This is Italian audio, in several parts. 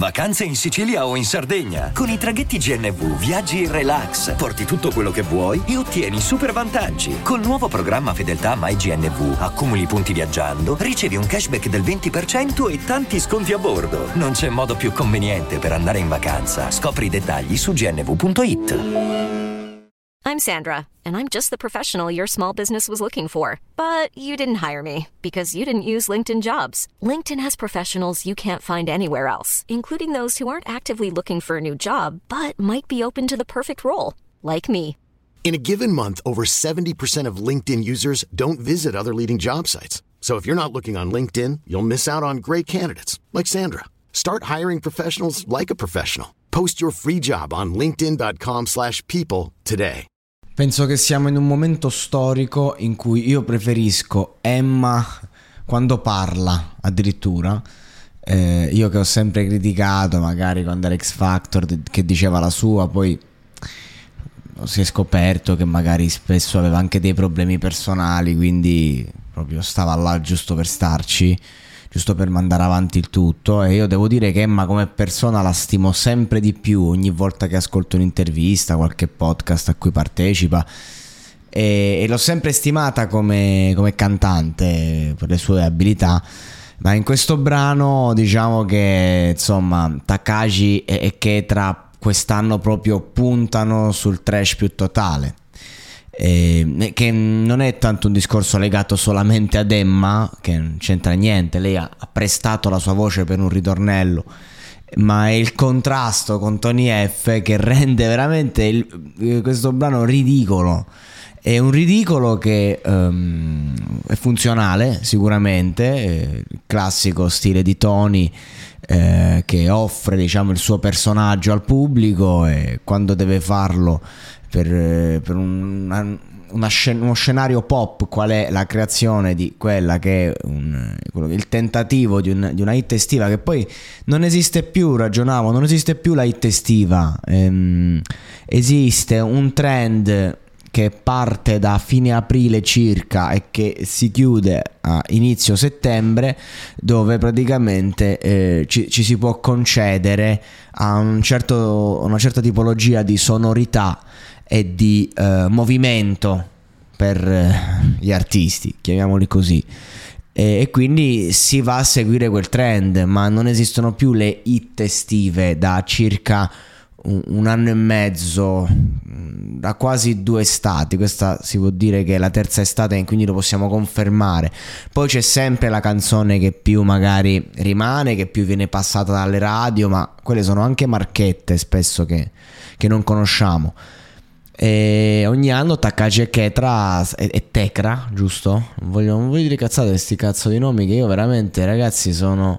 Vacanze in Sicilia o in Sardegna. Con i traghetti GNV viaggi in relax, porti tutto quello che vuoi e ottieni super vantaggi. Col nuovo programma Fedeltà MyGNV accumuli punti viaggiando, ricevi un cashback del 20% e tanti sconti a bordo. Non c'è modo più conveniente per andare in vacanza. Scopri i dettagli su gnv.it. I'm Sandra, and I'm just the professional your small business was looking for. But you didn't hire me because you didn't use LinkedIn Jobs. LinkedIn has professionals you can't find anywhere else, including those who aren't actively looking for a new job, but might be open to the perfect role, like me. In a given month, over 70% of LinkedIn users don't visit other leading job sites. So if you're not looking on LinkedIn, you'll miss out on great candidates like Sandra. Start hiring professionals like a professional. Post your free job on linkedin.com/people today. Penso che siamo in un momento storico in cui io preferisco Emma quando parla, addirittura. Io che ho sempre criticato, magari quando era X Factor, che diceva la sua, poi si è scoperto che magari spesso aveva anche dei problemi personali, quindi proprio stava là giusto per starci, giusto per mandare avanti il tutto. E io devo dire che Emma come persona la stimo sempre di più ogni volta che ascolto un'intervista, qualche podcast a cui partecipa, e l'ho sempre stimata come cantante per le sue abilità. Ma in questo brano diciamo che insomma Takashi e Ketra quest'anno proprio puntano sul trash più totale. Che non è tanto un discorso legato solamente ad Emma, che non c'entra niente, lei ha prestato la sua voce per un ritornello, ma è il contrasto con Tony F che rende veramente questo brano ridicolo. È un ridicolo che è funzionale sicuramente, il classico stile di Tony, che offre diciamo il suo personaggio al pubblico, e quando deve farlo per uno scenario pop, qual è la creazione di quella che è il tentativo di una hit estiva, che poi non esiste più, ragionavo, non esiste più la hit estiva, esiste un trend che parte da fine aprile circa e che si chiude a inizio settembre, dove praticamente ci si può concedere a una certa tipologia di sonorità e di movimento per gli artisti, chiamiamoli così, e quindi si va a seguire quel trend. Ma non esistono più le hit estive da circa un anno e mezzo, da quasi 2 estati. Questa si può dire che è la terza estate, e quindi lo possiamo confermare. Poi c'è sempre la canzone che più magari rimane, che più viene passata dalle radio, ma quelle sono anche marchette spesso che non conosciamo. E ogni anno Takashi e Ketra e Tekra, giusto? Non voglio dire cazzate, questi cazzo di nomi che io veramente, ragazzi, sono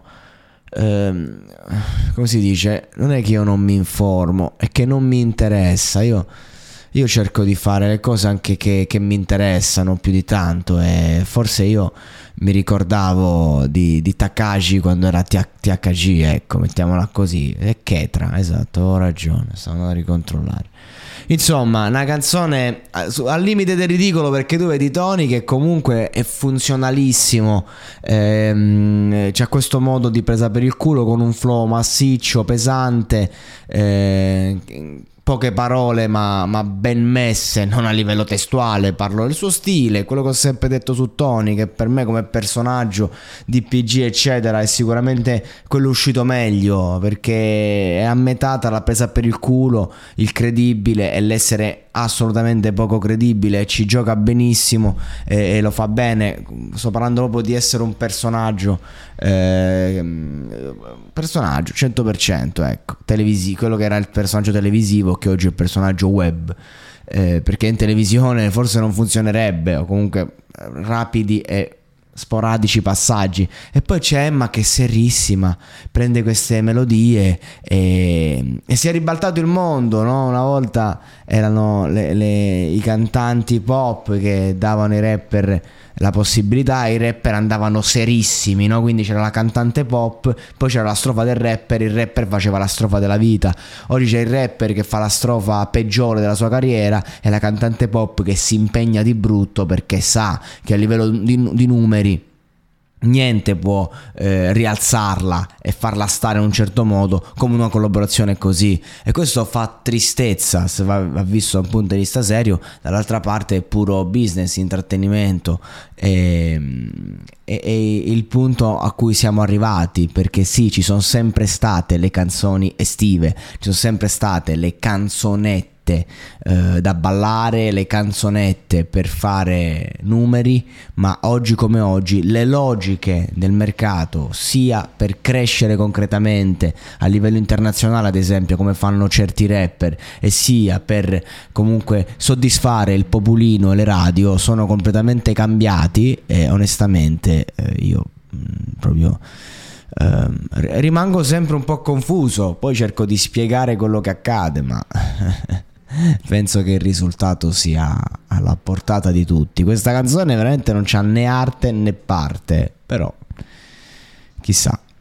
come si dice, non è che io non mi informo, è che non mi interessa. Io cerco di fare le cose anche che mi interessano più di tanto, e forse io mi ricordavo di Takashi quando era THG, ecco, mettiamola così, e Ketra, esatto, ho ragione, stavo andando a ricontrollare. Insomma, una canzone al limite del ridicolo, perché tu vedi Tony che comunque è funzionalissimo, c'ha questo modo di presa per il culo con un flow massiccio, pesante, poche parole ma ben messe, non a livello testuale, parlo del suo stile, quello che ho sempre detto su Tony, che per me come personaggio di PG eccetera è sicuramente quello uscito meglio, perché è a metà tra la presa per il culo, il credibile e l'essere assolutamente poco credibile, e ci gioca benissimo e lo fa bene. Sto parlando proprio di essere un personaggio 100%, ecco, televisivo, quello che era il personaggio televisivo, che oggi è il personaggio web, perché in televisione forse non funzionerebbe, o comunque rapidi e sporadici passaggi. E poi c'è Emma che è serissima, prende queste melodie e si è ribaltato il mondo, no? Una volta erano i cantanti pop che davano ai rapper la possibilità, i rapper andavano serissimi, no? Quindi c'era la cantante pop, poi c'era la strofa del rapper, il rapper faceva la strofa della vita. Oggi c'è il rapper che fa la strofa peggiore della sua carriera e la cantante pop che si impegna di brutto perché sa che a livello di numeri niente può rialzarla e farla stare in un certo modo come una collaborazione così, e questo fa tristezza se va visto da un punto di vista serio. Dall'altra parte è puro business, intrattenimento, e il punto a cui siamo arrivati, perché sì, ci sono sempre state le canzoni estive, ci sono sempre state le canzonette da ballare, le canzonette per fare numeri, ma oggi come oggi le logiche del mercato, sia per crescere concretamente a livello internazionale, ad esempio come fanno certi rapper, e sia per comunque soddisfare il popolino e le radio, sono completamente cambiati, e onestamente io proprio rimango sempre un po' confuso. Poi cerco di spiegare quello che accade, ma penso che il risultato sia alla portata di tutti. Questa canzone veramente non c'ha né arte né parte, però chissà.